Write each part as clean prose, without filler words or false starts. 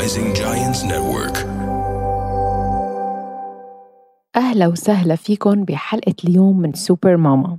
Rising Giants Network. أهلا وسهلا فيكن بحلقة اليوم من سوبر ماما.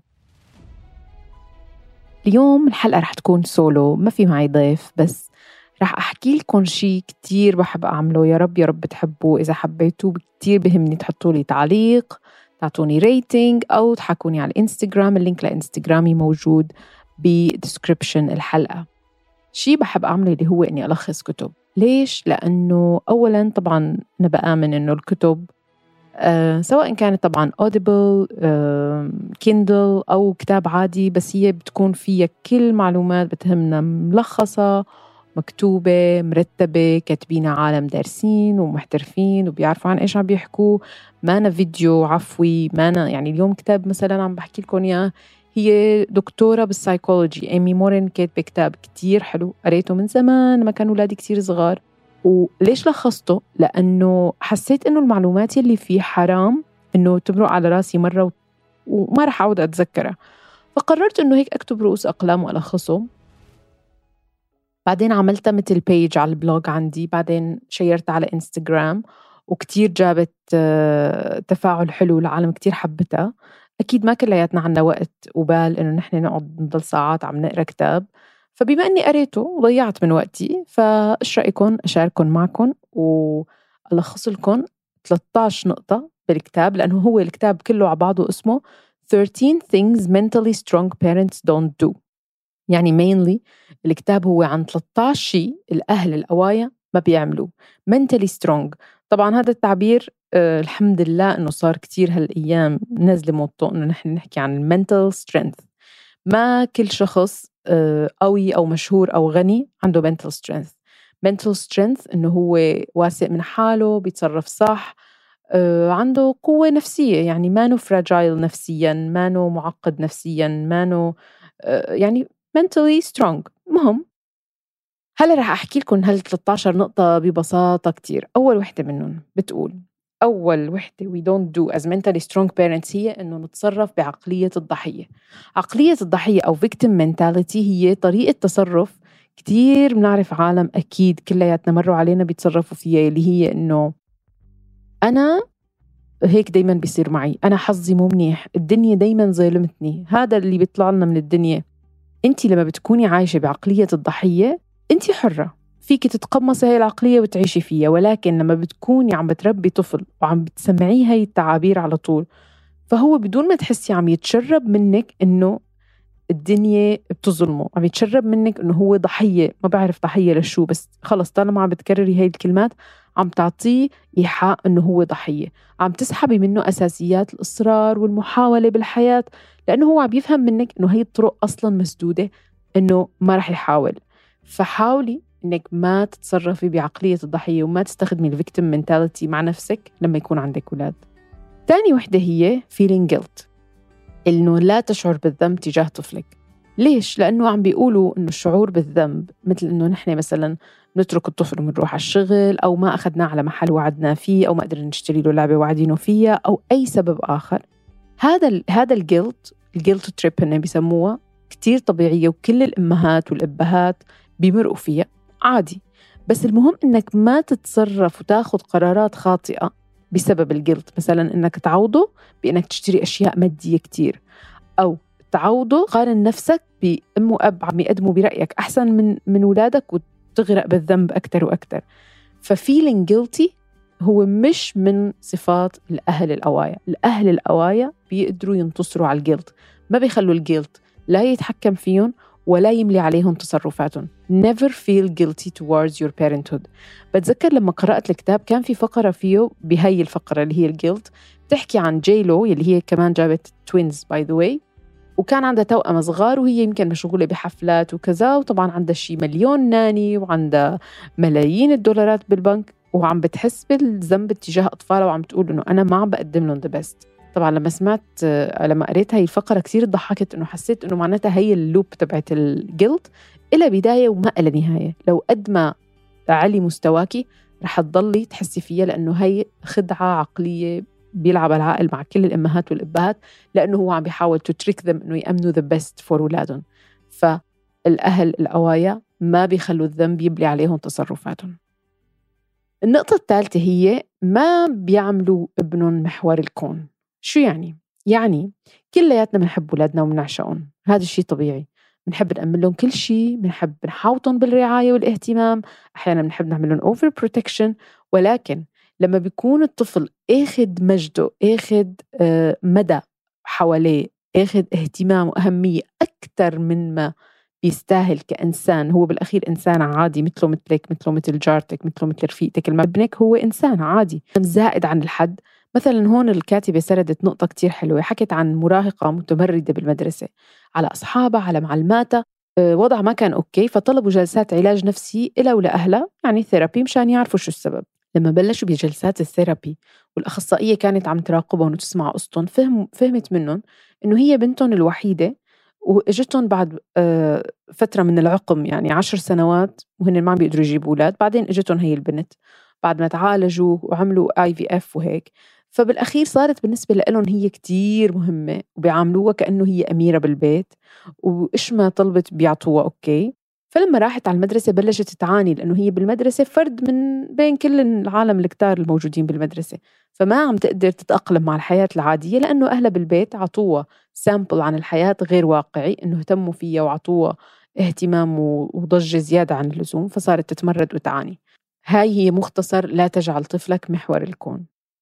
اليوم الحلقة رح تكون سولو، ما في معي ضيف، بس رح أحكي لكم شي كتير بحب أعمله. يا رب تحبوه. إذا حبيتوه كتير بهمني تحطوا لي تعليق، تعطوني ريتينج، أو تحكوني على الإنستغرام. اللينك لإنستغرامي موجود بديسكريبشن الحلقة. شي بحب أعمله اللي هو إني ألخص كتب. ليش؟ لأنه أولاً طبعاً أنا بآمن إنه الكتب سواء كانت طبعاً Audible، Kindle أو كتاب عادي، بس هي بتكون فيها كل معلومات بتهمنا ملخصة، مكتوبة، مرتبة، كاتبين عالم دارسين ومحترفين وبيعرفوا عن إيش عم بيحكوا. مانا فيديو عفوي، مانا يعني اليوم كتاب مثلاً عم بحكي لكم إياه، هي دكتورة بالسايكولوجي إيمي مورين، كاتبة كتاب كتير حلو، قريته من زمان ما كانوا أولادي كتير صغار. وليش لخصته؟ لأنه حسيت إنه المعلومات اللي فيه حرام إنه تمرق على راسي مرة وما رح أعود أتذكرها، فقررت إنه هيك أكتب رؤوس أقلام وألخصه. بعدين عملتها مثل بيج على البلوج عندي، بعدين شيرتها على إنستغرام وكتير جابت تفاعل حلو، العالم كتير حبتها. أكيد ما كلياتنا عنا وقت وبال إنه نحن نقعد نضل ساعات عم نقرأ كتاب، فبما أني قريته وضيعت من وقتي، فإيش رأيكم أشارككم معكم وألخص لكم 13 نقطة بالكتاب، لأنه هو الكتاب كله على بعضه اسمه 13 things mentally strong parents don't do. يعني mainly الكتاب هو عن 13 شيء الأهل القوايا ما بيعملوه. mentally strong، طبعا هذا التعبير الحمد لله إنه صار كتير هالأيام نزل موضوع إنه نحن نحكي عن mental strength. ما كل شخص قوي أو مشهور أو غني عنده mental strength. mental strength إنه هو واثق من حاله، بيتصرف صح، عنده قوة نفسية، يعني مانو fragile نفسياً، مانو معقد نفسياً، مانو يعني mentally strong. مهم هلا رح أحكي لكم 13 نقطة ببساطة كتير. أول وحدة منهم بتقول، أول وحدة we don't do as mentally strong parents هي إنه نتصرف بعقلية الضحية. عقلية الضحية أو victim mentality هي طريقة تصرف كتير بنعرف عالم أكيد كلياتنا مروا علينا بيتصرفوا فيها، اللي هي إنه أنا هيك دايما بيصير معي، أنا حظي مو منيح، الدنيا دايما ظلمتني. هذا اللي بيطلع لنا من الدنيا. أنتي لما بتكوني عايشة بعقلية الضحية أنتي حرة، فيك تتقمصي هاي العقلية وتعيشي فيها، ولكن لما بتكوني عم بتربي طفل وعم بتسمعيه هاي التعابير على طول، فهو بدون ما تحسي عم يتشرب منك إنه الدنيا بتظلمه، عم يتشرب منك إنه هو ضحية، ما بعرف ضحية لشو، بس خلص طالما عم بتكرري هاي الكلمات عم تعطيه إيحاء إنه هو ضحية، عم تسحبي منه أساسيات الإصرار والمحاولة بالحياة، لأنه هو عم يفهم منك إنه هاي الطرق أصلاً مسدودة، إنه ما رح يحاول. فحاولي إنك ما تتصرفي بعقلية الضحية وما تستخدمي الفيكتيم منتاليتي مع نفسك لما يكون عندك أولاد. تاني وحدة هي feeling guilt، إنه لا تشعر بالذنب تجاه طفلك. ليش؟ لأنه عم بيقولوا إنه الشعور بالذنب مثل إنه نحن مثلاً نترك الطفل ونروح على الشغل، أو ما أخذناه على محل وعدنا فيه، أو ما قدرنا نشتري له لعبة وعدينه فيها، أو أي سبب آخر. هذا الجيلت تريب إنه بيسموها، كتير طبيعية، وكل الأمهات والأبهات بيمرقوا فيها عادي. بس المهم إنك ما تتصرف وتاخد قرارات خاطئة بسبب الجيلت، مثلا إنك تعوضه بإنك تشتري أشياء مادية كتير، أو تعوضه قارن نفسك بأم وأب عم يقدموا برأيك أحسن من ولادك وتغرق بالذنب أكتر وأكتر. ففيلينج guilty هو مش من صفات الأهل القوايا. الأهل القوايا بيقدروا ينتصروا على الجيلت، ما بيخلوا الجيلت لا يتحكم فيهم ولا يملي عليهم تصرفاتهم. Never feel guilty towards your parenthood. بتذكر لما قرأت الكتاب كان في فقرة فيه بهاي الفقرة اللي هي الجيلت، تحكي عن جيلو اللي هي كمان جابت twins by the way، وكان عندها توأم صغار، وهي يمكن مشغولة بحفلات وكذا، وطبعا عندها شي 1,000,000 ناني وعندها ملايين الدولارات بالبنك، وعم بتحس بالذنب تجاه أطفالها وعم تقول إنه أنا ما عم بقدم لهم the best. طبعا لما قريت هاي الفقرة كثير ضحكت، إنه حسيت إنه معناتها هي اللوب تبعت الجلد إلى بداية وما إلى نهاية. لو قد ما علي مستواكي رح تضلي تحسي فيها، لأنه هي خدعة عقلية بيلعب العقل مع كل الأمهات والأبهات، لأنه هو عم بيحاول تترك them إنه يأمنوا the best for أولادهم. فالأهل القوايا ما بيخلوا الذنب يبلي عليهم تصرفاتهم. النقطة الثالثة هي ما بيعملوا ابنهم محور الكون. شو يعني؟ يعني كلياتنا بنحب أولادنا وبنعشقهم، هذا الشيء طبيعي. بنحب نأمن لهم كل شيء، بنحب نحاوطهم بالرعاية والاهتمام، أحيانا بنحب نعمل لهم over protection. ولكن لما بيكون الطفل اخد مجده، اخد مدى حواليه، اخد اهتمام وأهمية أكثر من ما بيستاهل كإنسان، هو بالأخير إنسان عادي مثله مثلك، مثله مثل جارتك، مثله مثل رفيقتك، ابنك هو إنسان عادي زائد عن الحد. مثلا هون الكاتبة سردت نقطة كتير حلوة، حكت عن مراهقة متمردة بالمدرسة على أصحابها، على معلماتها. وضع ما كان أوكي، فطلبوا جلسات علاج نفسي إلها ولأهلها، يعني ثيرابي، مشان يعرفوا شو السبب. لما بلشوا بجلسات الثيرابي والأخصائية كانت عم تراقبهم وتسمع قصتهم، فهمت منهم إنه هي بنتهم الوحيدة، وإجتهم بعد فترة من العقم، يعني 10 سنوات وهن ما عم بيقدروا يجيبوا أولاد. بعدين إجتهم هي البنت بعد ما تعالجوا وعملوا IVF وهيك. فبالأخير صارت بالنسبة لهم هي كتير مهمة، وبيعاملوها كأنه هي أميرة بالبيت، وإيش ما طلبت بيعطوها أوكي. فلما راحت على المدرسة بلشت تعاني، لأنه هي بالمدرسة فرد من بين كل العالم الكتار الموجودين بالمدرسة، فما عم تقدر تتأقلم مع الحياة العادية، لأنه أهلها بالبيت عطوها سامبل عن الحياة غير واقعي، إنه اهتموا فيها وعطوها اهتمام وضجة زيادة عن اللزوم، فصارت تتمرد وتعاني. هاي هي مختصر لا تجعل طفلك محور الكون.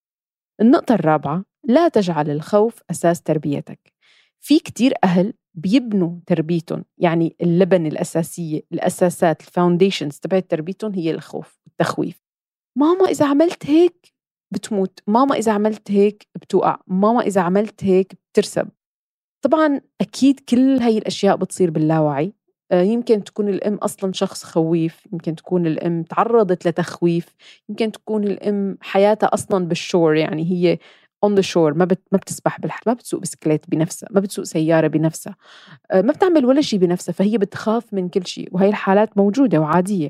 النقطة الرابعة، لا تجعل الخوف أساس تربيتك. في كتير أهل بيبنوا تربيتهم، يعني اللبن الأساسية، الأساسات، الفاونديشنز تبعت تربيتهم هي الخوف والتخويف. ماما إذا عملت هيك بتموت، ماما إذا عملت هيك بتوقع، ماما إذا عملت هيك بترسب. طبعا أكيد كل هاي الأشياء بتصير باللاوعي. يمكن تكون الأم أصلا شخص خويف، يمكن تكون الأم تعرضت لتخويف، يمكن تكون الأم حياتها أصلا بالشور، يعني هي on the shore، ما بتسبح بالبحر، ما بتسوق بسكليت بنفسها، ما بتسوق سيارة بنفسها، ما بتعمل ولا شيء بنفسها، فهي بتخاف من كل شيء، وهي الحالات موجودة وعادية.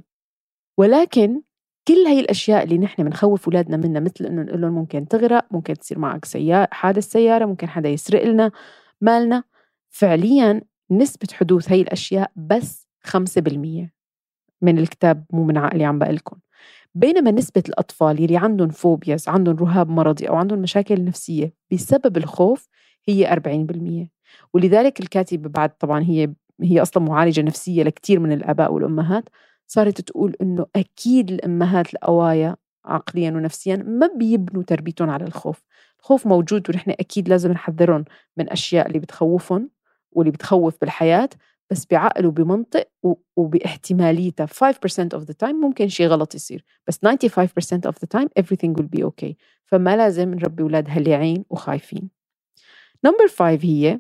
ولكن كل هاي الأشياء اللي نحن بنخوف أولادنا منها، مثل إنه نقول لهم ممكن تغرق، ممكن تصير معك حادث سيارة، ممكن حدا يسرق لنا مالنا، فعليا نسبة حدوث هاي الأشياء بس 5% من الكتاب، مو من عقلي عم بقلكم. بينما نسبة الأطفال يلي عندهم فوبياز، عندهم رهاب مرضي أو عندهم مشاكل نفسية بسبب الخوف هي 40%. ولذلك الكاتبة بعد، طبعا هي أصلا معالجة نفسية لكتير من الآباء والأمهات، صارت تقول إنه أكيد الأمهات القوايا عقليا ونفسيا ما بيبنوا تربيتهم على الخوف. الخوف موجود، ونحن أكيد لازم نحذرهم من أشياء اللي بتخوفهم واللي بتخوف بالحياة، بس بعقل وبمنطق وباحتماليتها 5% of the time ممكن شيء غلط يصير، بس 95% of the time everything will be okay. فما لازم نربي أولاد هليعين وخايفين. نمبر 5 هي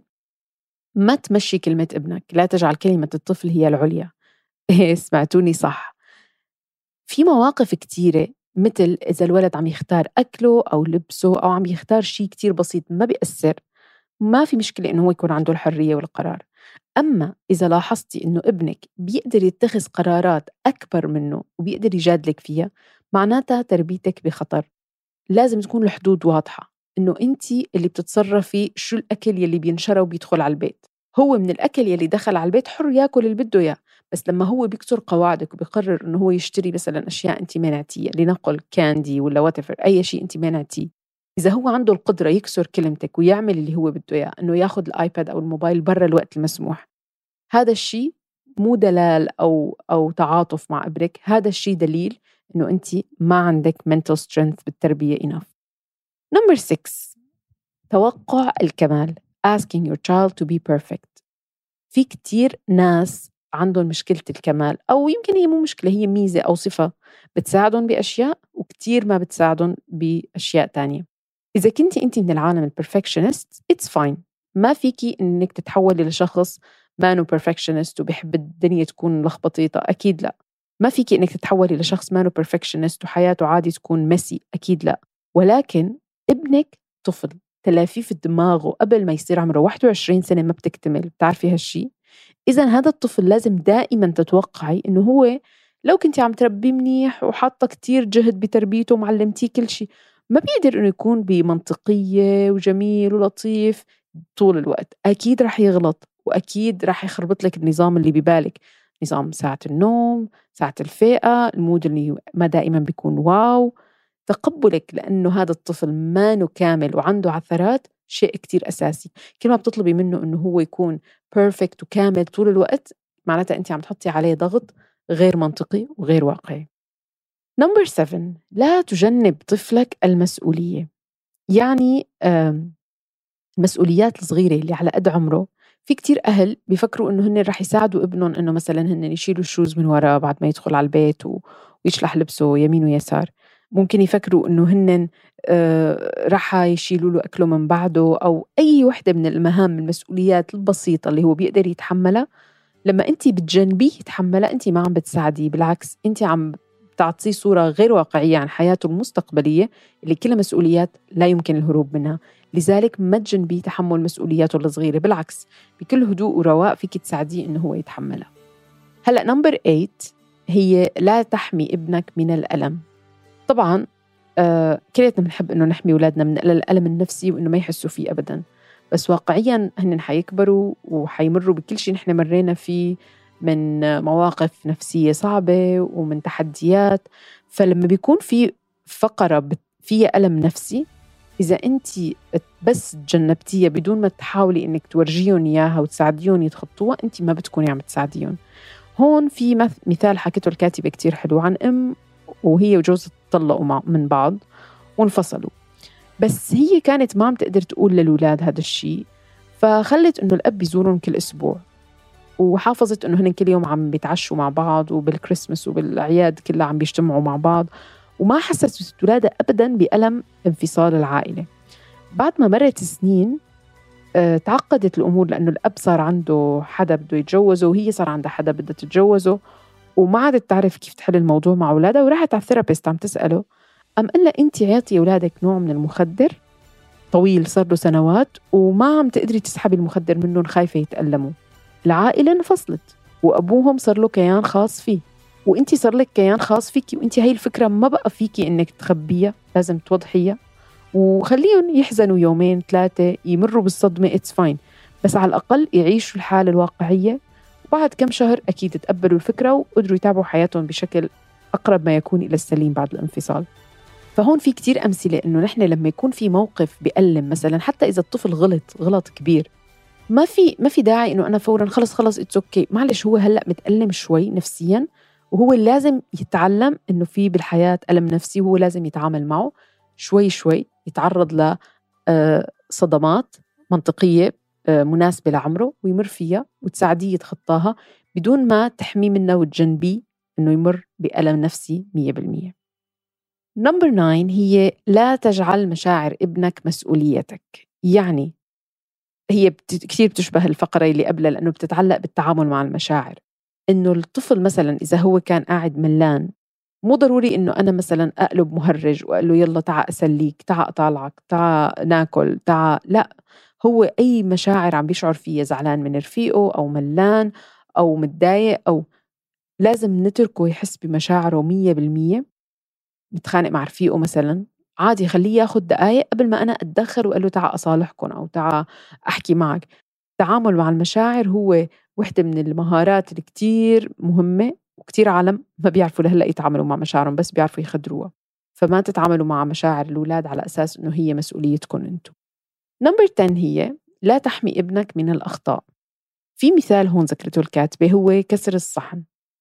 ما تمشي كلمة ابنك، لا تجعل كلمة الطفل هي العليا. إيه، سمعتوني صح. في مواقف كتيرة، مثل إذا الولد عم يختار أكله أو لبسه أو عم يختار شيء كتير بسيط ما بيأثر، ما في مشكلة إنه هو يكون عنده الحرية والقرار. أما إذا لاحظتي إنه ابنك بيقدر يتخذ قرارات أكبر منه وبيقدر يجادلك فيها، معناتها تربيتك بخطر. لازم تكون الحدود واضحة، إنه أنت اللي بتتصرفي شو الأكل يلي بينشرى وبيدخل على البيت. هو من الأكل يلي دخل على البيت حر ياكل اللي بده إياه، بس لما هو بيكسر قواعدك وبيقرر إنه هو يشتري مثلا أشياء أنت مانعتيها، لنقل كاندي ولا واتفر، أي شيء أنت مانعتيه، إذا هو عنده القدرة يكسر كلمتك ويعمل اللي هو بده إياه، إنه ياخد الآيباد أو الموبايل برا الوقت المسموح، هذا الشيء مو دلال أو تعاطف مع ابنك، هذا الشيء دليل إنه أنت ما عندك mental strength بالتربية enough. Number 6، توقع الكمال. asking your child to be perfect. في كتير ناس عندهم مشكلة الكمال، أو يمكن هي مو مشكلة، هي ميزة أو صفة بتساعدهم بأشياء وكتير ما بتساعدهم بأشياء تانية. إذا كنتي أنت من العالم البرفكشنست it's fine، ما فيكي إنك تتحولي لشخص مانو perfectionist وبيحب الدنيا تكون لخبطيطة، أكيد لا. ما فيكي إنك تتحولي لشخص مانو perfectionist وحياته عادي تكون ميسي، أكيد لا. ولكن ابنك طفل، تلافيف دماغه قبل ما يصير عمره 21 سنة ما بتكتمل، بتعرفي هالشي؟ إذا هذا الطفل لازم دائما تتوقعي إنه هو لو كنتي عم تربيه منيح وحاطة كتير جهد بتربيته ومعلمتيه كل شيء، ما بيقدر إنه يكون بمنطقية وجميل ولطيف طول الوقت. أكيد رح يغلط، وأكيد رح يخربط لك النظام اللي ببالك، نظام ساعة النوم، ساعة الفاقة، المود اللي ما دائما بيكون واو. تقبلك لأنه هذا الطفل ما كامل وعنده عثرات شيء كتير أساسي. كل ما بتطلبي منه أنه هو يكون بيرفكت وكامل طول الوقت، معناتها أنت عم تحطي عليه ضغط غير منطقي وغير واقعي. نمبر 7، لا تجنب طفلك المسؤولية. يعني المسؤوليات الصغيرة اللي على قد عمره، في كتير أهل بيفكروا إنه هن رح يساعدوا ابنهم إنه مثلا هن يشيلوا الشوز من وراه بعد ما يدخل على البيت ويشلح لبسه يمين ويسار. ممكن يفكروا إنه هن رح يشيلوا له أكله من بعده، أو أي وحدة من المهام المسؤوليات البسيطة اللي هو بيقدر يتحملها. لما أنت بتجنبيه يتحملها، أنت ما عم بتساعديه، بالعكس أنت عم تعطيه صورة غير واقعية عن حياته المستقبلية اللي كلها مسؤوليات لا يمكن الهروب منها. لذلك ما تجنبيه تحمل مسؤولياته الصغيرة، بالعكس بكل هدوء ورواء فيك تساعديه إنه هو يتحملها. هلأ نمبر 8 هي لا تحمي ابنك من الألم. طبعا كلنا بنحب إنه نحمي أولادنا من الألم النفسي وإنه ما يحسوا فيه أبدا، بس واقعيا هن حيكبروا وحيمروا بكل شيء نحن مرينا فيه من مواقف نفسية صعبة ومن تحديات. فلما بيكون في فقرة فيها ألم نفسي، إذا أنت بس تجنبتيها بدون ما تحاولي إنك تورجيهم إياها وتساعديهم يتخطوها، أنت ما بتكوني عم تساعديهم. هون في مثال حكيته الكاتبة كتير حلو عن وهي وجوزها تطلقوا من بعض وانفصلوا، بس هي كانت ما عم تقدر تقول للولاد هذا الشيء، فخلت إنه الأب يزورهم كل أسبوع، وحافظت إنه هن كل يوم عم بيتعشوا مع بعض، وبالكريسماس وبالأعياد كلها عم بيجتمعوا مع بعض، وما حسست ولادها أبداً بألم انفصال العائلة. بعد ما مرت سنين تعقدت الأمور، لأنه الأب صار عنده حدا بده يتجوزه وهي صار عندها حدا بدها تتجوزه، وما عادت تعرف كيف تحل الموضوع مع أولادها. وراحت على الثيرابيست عم تسأله، أم قال أنت عيطي أولادك نوع من المخدر طويل صار له سنوات وما عم تقدري تسحبي المخدر منهم خايفة يتألموا. العائلة انفصلت وأبوهم صار له كيان خاص فيه، وإنتي صار لك كيان خاص فيكي، وإنتي هاي الفكرة ما بقى فيكي إنك تخبيها، لازم توضحيها وخليهم يحزنوا يومين 3 يمروا بالصدمة. it's fine، بس على الأقل يعيشوا الحالة الواقعية، وبعد كم شهر أكيد تقبلوا الفكرة وقدروا يتابعوا حياتهم بشكل أقرب ما يكون إلى السليم بعد الانفصال. فهون في كتير أمثلة إنه نحن لما يكون في موقف بيألم، مثلا حتى إذا الطفل غلط كبير، ما في داعي إنه أنا فورا خلص it's okay، معلش هو هلأ متألم شوي نفسيا، وهو لازم يتعلم إنه في بالحياة ألم نفسي، وهو لازم يتعامل معه شوي شوي، يتعرض لصدمات منطقية مناسبة لعمره ويمر فيها وتساعديه يتخطاها بدون ما تحميه منه وتجنبيه إنه يمر بألم نفسي 100%. نمبر 9 هي لا تجعل مشاعر ابنك مسؤوليتك. يعني هي كثير بتشبه الفقرة اللي قبلها، لأنه بتتعلق بالتعامل مع المشاعر. إنه الطفل مثلا إذا هو كان قاعد ملان، مو ضروري إنه أنا مثلا أقلب مهرج وأقول له يلا تعا أسليك، تعا أطالعك، تعا ناكل، تعا، لا، هو أي مشاعر عم بيشعر فيها، زعلان من رفيقه أو ملان أو متضايق، أو لازم نتركه يحس بمشاعره 100%. متخانق مع رفيقه مثلا، عادي خليه ياخد دقايق قبل ما أنا أتدخل وأقول له تعا أصالحكم أو تعا أحكي معك. التعامل مع المشاعر هو وحدة من المهارات اللي كتير مهمة، وكتير عالم ما بيعرفوا لهلأ يتعاملوا مع مشاعرهم، بس بيعرفوا يخدروها. فما تتعاملوا مع مشاعر الأولاد على أساس إنه هي مسؤوليتكم أنتم. نمبر 10 هي لا تحمي ابنك من الأخطاء. في مثال هون ذكرته الكاتبة هو كسر الصحن.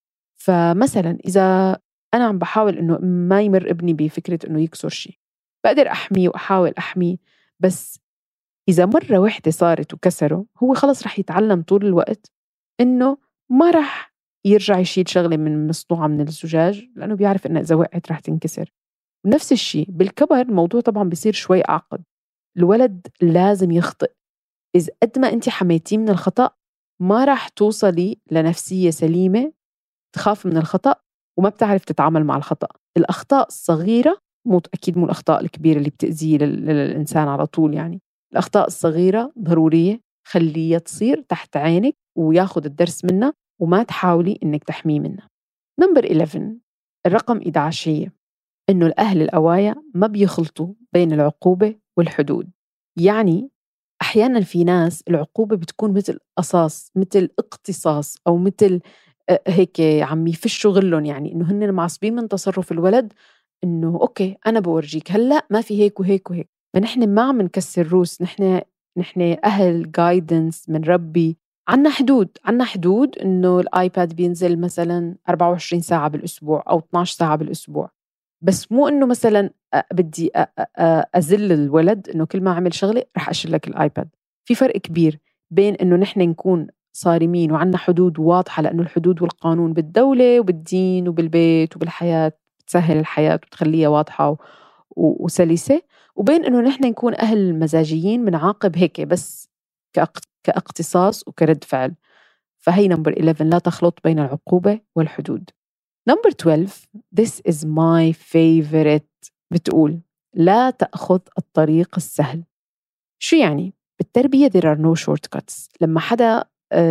فمثلا إذا أنا عم بحاول إنه ما يمر ابني بفكرة إنه يكسر شيء، بقدر أحميه وأحاول أحميه، بس إذا مرة واحدة صارت وكسره، هو خلص رح يتعلم طول الوقت إنه ما رح يرجع يشيل شغلة من مصنوعة من الزجاج، لأنه بيعرف إنه إذا وقعت رح تنكسر. ونفس الشيء بالكبر، الموضوع طبعا بيصير شوي أعقد. الولد لازم يخطئ، إذا قد ما أنت حميتيه من الخطأ ما رح توصلي لنفسية سليمة تخاف من الخطأ وما بتعرف تتعامل مع الخطأ. الأخطاء الصغيرة أكيد مو الأخطاء الكبيرة اللي بتأذي للإنسان على طول، يعني الأخطاء الصغيرة ضرورية، خليها تصير تحت عينك وياخد الدرس منها وما تحاولي إنك تحميه منها. نمبر 11، الرقم 11 هي إنه الأهل الأوايا ما بيخلطوا بين العقوبة والحدود. يعني أحيانا في ناس العقوبة بتكون مثل قصاص، مثل اقتصاص، أو مثل هيك عم يفشوا غلهم، يعني إنه هن معصبين من تصرف الولد، إنه أوكي أنا بورجيك هلأ ما في هيك وهيك وهيك. ما نحن ما عم نكسر روس، نحن أهل جايدنس من ربي. عنا حدود إنه الآيباد بينزل مثلا 24 ساعة بالأسبوع أو 12 ساعة بالأسبوع، بس مو إنه مثلا بدي أزل الولد إنه كل ما عمل شغلة رح أشيل لك الآيباد. في فرق كبير بين إنه نحن نكون صارمين وعنا حدود واضحة، لأنه الحدود والقانون بالدولة وبالدين وبالبيت وبالحياة بتسهل الحياة وتخليها واضحة وسلسة، وبين إنه نحن نكون أهل مزاجيين بنعاقب هيك بس كاقتصاص وكرد فعل. فهي نمبر 11، لا تخلط بين العقوبة والحدود. نمبر 12 this is my favorite، بتقول لا تأخذ الطريق السهل. شو يعني؟ بالتربية there are no shortcuts. لما حدا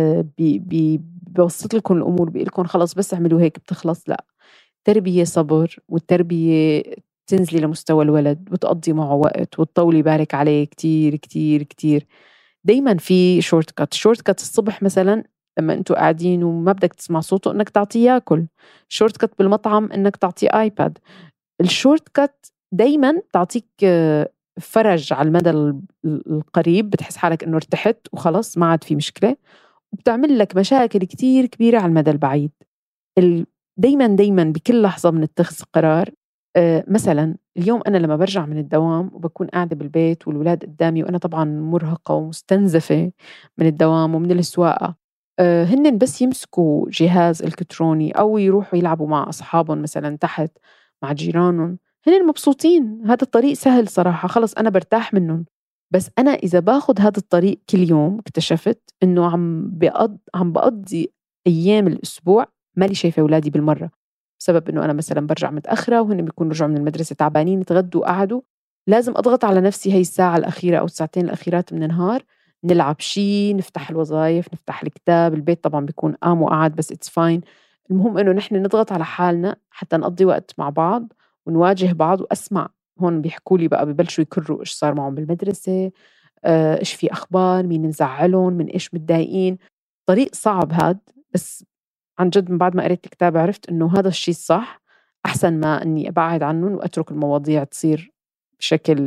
بيوسط لكم الأمور بيقول لكم خلص بس اعملوا هيك بتخلص، لا. التربية صبر، والتربية تنزلي لمستوى الولد وتقضي معه وقت وتطولي بالك عليه كتير كتير كتير. دايما في شورت كات الصبح مثلا لما انتوا قاعدين وما بدك تسمع صوته انك تعطيه ياكل، شورت كات بالمطعم انك تعطيه ايباد. الشورت كات دايما تعطيك فرج على المدى القريب، بتحس حالك انه ارتحت وخلص ما عاد في مشكلة، وبتعمل لك مشاكل كتير كبيرة على المدى البعيد. دايما بكل لحظة بنتخذ قرار. مثلا اليوم أنا لما برجع من الدوام وبكون قاعدة بالبيت والولاد قدامي وأنا طبعا مرهقة ومستنزفة من الدوام ومن السواقة، هن بس يمسكوا جهاز إلكتروني أو يروحوا يلعبوا مع أصحابهم مثلا تحت مع جيرانهم، هن مبسوطين. هذا الطريق سهل صراحة، خلص أنا برتاح منهم. بس أنا إذا باخد هذا الطريق كل يوم اكتشفت إنه عم بقضي أيام الأسبوع مالي شايفة أولادي بالمرة، بسبب إنه أنا مثلا برجع متأخرة وهن بيكونوا رجعوا من المدرسة تعبانين، يتغدوا وقعدوا. لازم أضغط على نفسي هاي الساعة الأخيرة أو الساعتين الأخيرات من النهار، نلعب شي، نفتح الوظائف، نفتح الكتاب. البيت طبعا بيكون قام وقعد بس it's fine. المهم إنه نحن نضغط على حالنا حتى نقضي وقت مع بعض ونواجه بعض وأسمع. هون بيحكوا لي بقى، ببلشوا يكرروا إيش صار معهم بالمدرسة، إيش في أخبار، مين مزعلهم، من إيش متضايقين. طريق صعب هاد، بس عن جد من بعد ما قريت الكتاب عرفت إنه هذا الشيء الصح، أحسن ما إني أبعد عنهم وأترك المواضيع تصير بشكل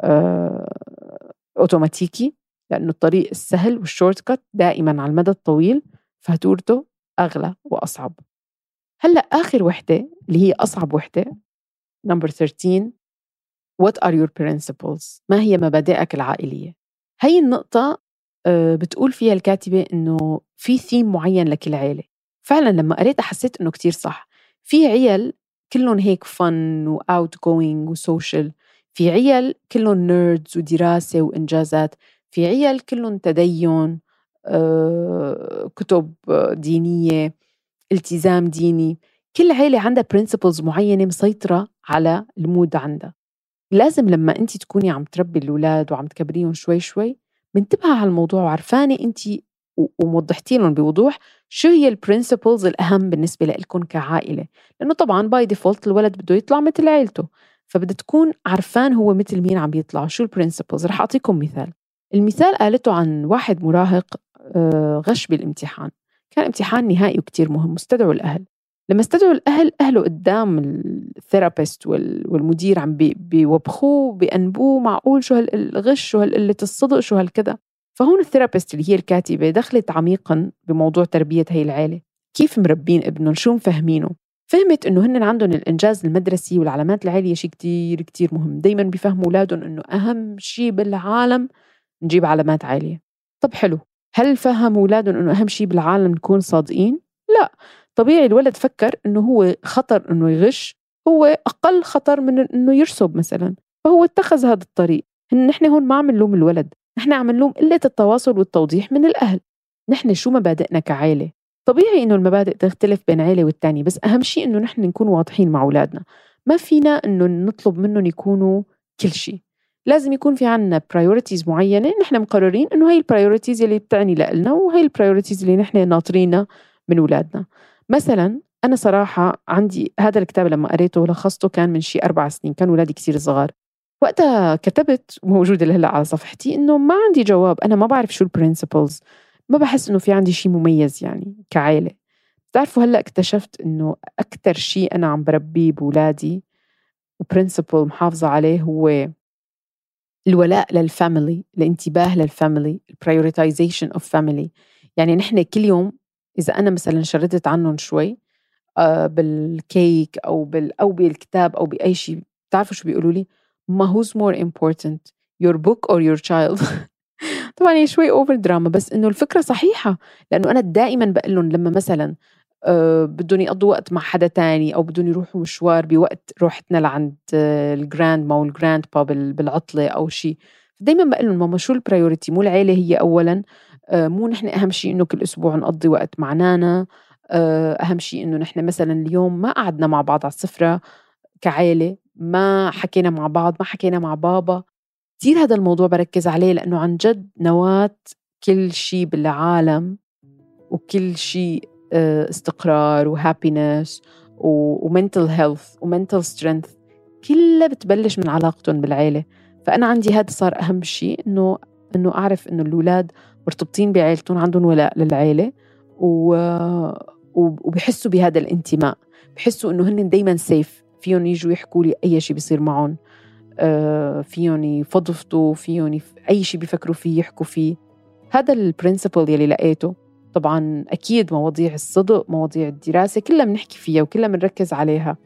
أوتوماتيكي، لأنه الطريق السهل والشورت كات دائما على المدى الطويل فاتورته أغلى وأصعب. هلأ آخر وحدة اللي هي أصعب وحدة، number 13، what are your principles؟ ما هي مبادئك العائلية؟ هي النقطة بتقول فيها الكاتبة إنه في ثيم معين لكل عيلة. فعلا لما قريتها حسيت إنه كتير صح. في عيال كلهم هيك فن و outgoing و social، في عيال كلهم nerds ودراسة وإنجازات، في عيال كلهم تدين، كتب دينية، التزام ديني. كل عيلة عندها principles معينة مسيطرة على المود عندها. لازم لما أنت تكوني عم تربي الأولاد وعم تكبريهم شوي شوي منتبهة على الموضوع وعرفانة أنت وموضحتي لهم بوضوح شو هي البرينسيبلز الأهم بالنسبة لكم كعائلة. لأنه طبعا باي ديفولت الولد بده يطلع مثل عائلته، فبدها تكون عرفان هو مثل مين عم بيطلع، شو البرينسيبلز. رح أعطيكم مثال. المثال قالته عن واحد مراهق غش بالامتحان، كان امتحان نهائي وكتير مهم، واستدعوا الأهل. لما استدعوا الأهل، أهله قدام الثيرابيست والمدير عم بيوبخوه بيأنبوه، معقول شو هالغش، شو هالقلة الصدق، شو هالكذا. فهون الثيرابيست اللي هي الكاتبة دخلت عميقا بموضوع تربية هاي العائلة، كيف مربين ابنهم، شو مفهمينه. فهمت إنه هن عندهم الإنجاز المدرسي والعلامات العالية شيء كتير كتير مهم. دايما بيفهموا أولادهم إنه أهم شيء بالعالم نجيب علامات عالية. طب حلو، هل فهموا أولادهم إنه أهم شيء بالعالم نكون صادقين؟ لا. طبيعي الولد فكر إنه هو خطر إنه يغش هو أقل خطر من إنه يرسب مثلا، فهو اتخذ هذا الطريق. نحن هون ما عم نلوم الولد، نحن عم نلوم قلة التواصل والتوضيح من الأهل. نحن شو مبادئنا كعائلة؟ طبيعي إنه المبادئ تختلف بين عائلة والتانية، بس أهم شيء إنه نحن نكون واضحين مع أولادنا. ما فينا إنه نطلب منهم يكونوا كل شيء. لازم يكون في عنا priorities معينة، نحن مقررين إنه هاي الpriorities اللي بتعني لنا، وهي الpriorities اللي نحن ناطرينها من أولادنا. مثلا أنا صراحة عندي هذا الكتاب لما قريته ولخصته كان من شي 4 سنين، كان ولادي كتير صغار. وقتها كتبت موجودة لهلا على صفحتي إنه ما عندي جواب، أنا ما بعرف شو البرينسيبلز، ما بحس إنه في عندي شي مميز يعني كعائلة. بتعرفوا هلأ اكتشفت إنه أكتر شيء أنا عم بربيه بولادي وبرنسبل محافظة عليه هو الولاء للفاميلي، الانتباه للفاميلي، البرايورتايزيشن اوف فاميلي. يعني نحن كل يوم إذا أنا مثلا شردت عنهم شوي بالكيك أو بالكتاب أو بأي شيء، بتعرفوا شو بيقولوا لي؟ ما who's more important your book or your child. طبعا هي شوي اوفر دراما، بس انه الفكره صحيحه. لانه انا دائما بقول لهم لما مثلا بدهم يقضوا وقت مع حدا تاني او بدهم يروحوا مشوار بوقت روحتنا لعند الجراند ما والجراند با بالعطله او شيء، دائما بقول لهم ماما شو البرايورتي؟ مو العيله هي اولا؟ مو نحن اهم شيء انه كل اسبوع نقضي وقت مع نانا؟ اهم شيء انه نحن مثلا اليوم ما قعدنا مع بعض على السفره كعائله، ما حكينا مع بعض، ما حكينا مع بابا. كتير هذا الموضوع بركز عليه لأنه عن جد نواة كل شيء بالعالم، وكل شيء استقرار وهابينس ومنتل هيلث ومنتل سترينث كلها بتبلش من علاقتهم بالعيلة. فأنا عندي هذا صار أهم شيء، إنه أعرف إنه الأولاد مرتبطين بعيلتهم، عندهم ولاء للعيلة وبحسوا بهذا الانتماء، بحسوا إنه هن دايما سيف، فيهم يجوا يحكوا لي أي شيء بيصير معهم، فيهم يفضفضوا، فيهم أي شيء بيفكروا فيه يحكوا فيه. هذا البرنسبل يلي لقيته. طبعا أكيد مواضيع الصدق، مواضيع الدراسة كلها بنحكي فيها وكلها بنركز عليها.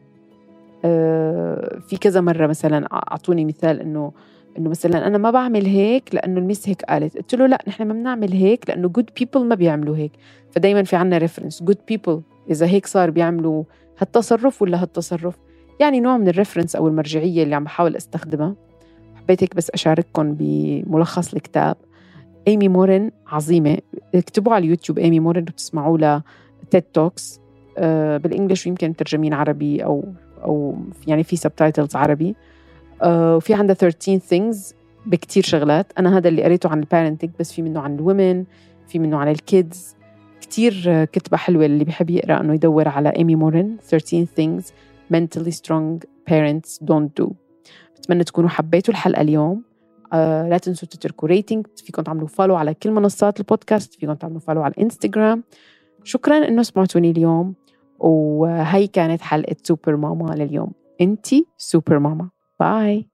في كذا مرة مثلا أعطوني مثال إنه مثلا أنا ما بعمل هيك لأنه الميس هيك قالت، قلت له لا نحن ما بنعمل هيك لأنه good people ما بيعملوا هيك. فدايما في عنا reference good people، إذا هيك صار بيعملوا هالتصرف ولا هالتصرف، يعني نوع من الريفرنس أو المرجعية اللي عم بحاول أستخدمها. حبيت هيك بس أشارككم بملخص الكتاب. إيمي مورين عظيمة، اكتبوا على اليوتيوب إيمي مورين وتسمعوا لها تيد توكس بالإنجليش، ويمكن مترجمين عربي أو يعني في سبتايتلز عربي. وفي عندها 13 things بكتير شغلات. أنا هذا اللي قريته عن البارنتنج، بس في منه عن الومن، في منه عن الكيدز. كتير كتبة حلوة اللي بيحب يقرأ أنه يدور على إيمي مورين 13 things mentally strong parents don't do. بتمنى تكونوا حبيتوا الحلقة اليوم. لا تنسوا تتركوا ريتنج، فيكم تعملوا فولو على كل منصات البودكاست، فيكم تعملوا فولو على الانستغرام. شكرا إنه سمعتوني اليوم، وهي كانت حلقة سوبر ماما لليوم. انتي سوبر ماما. باي.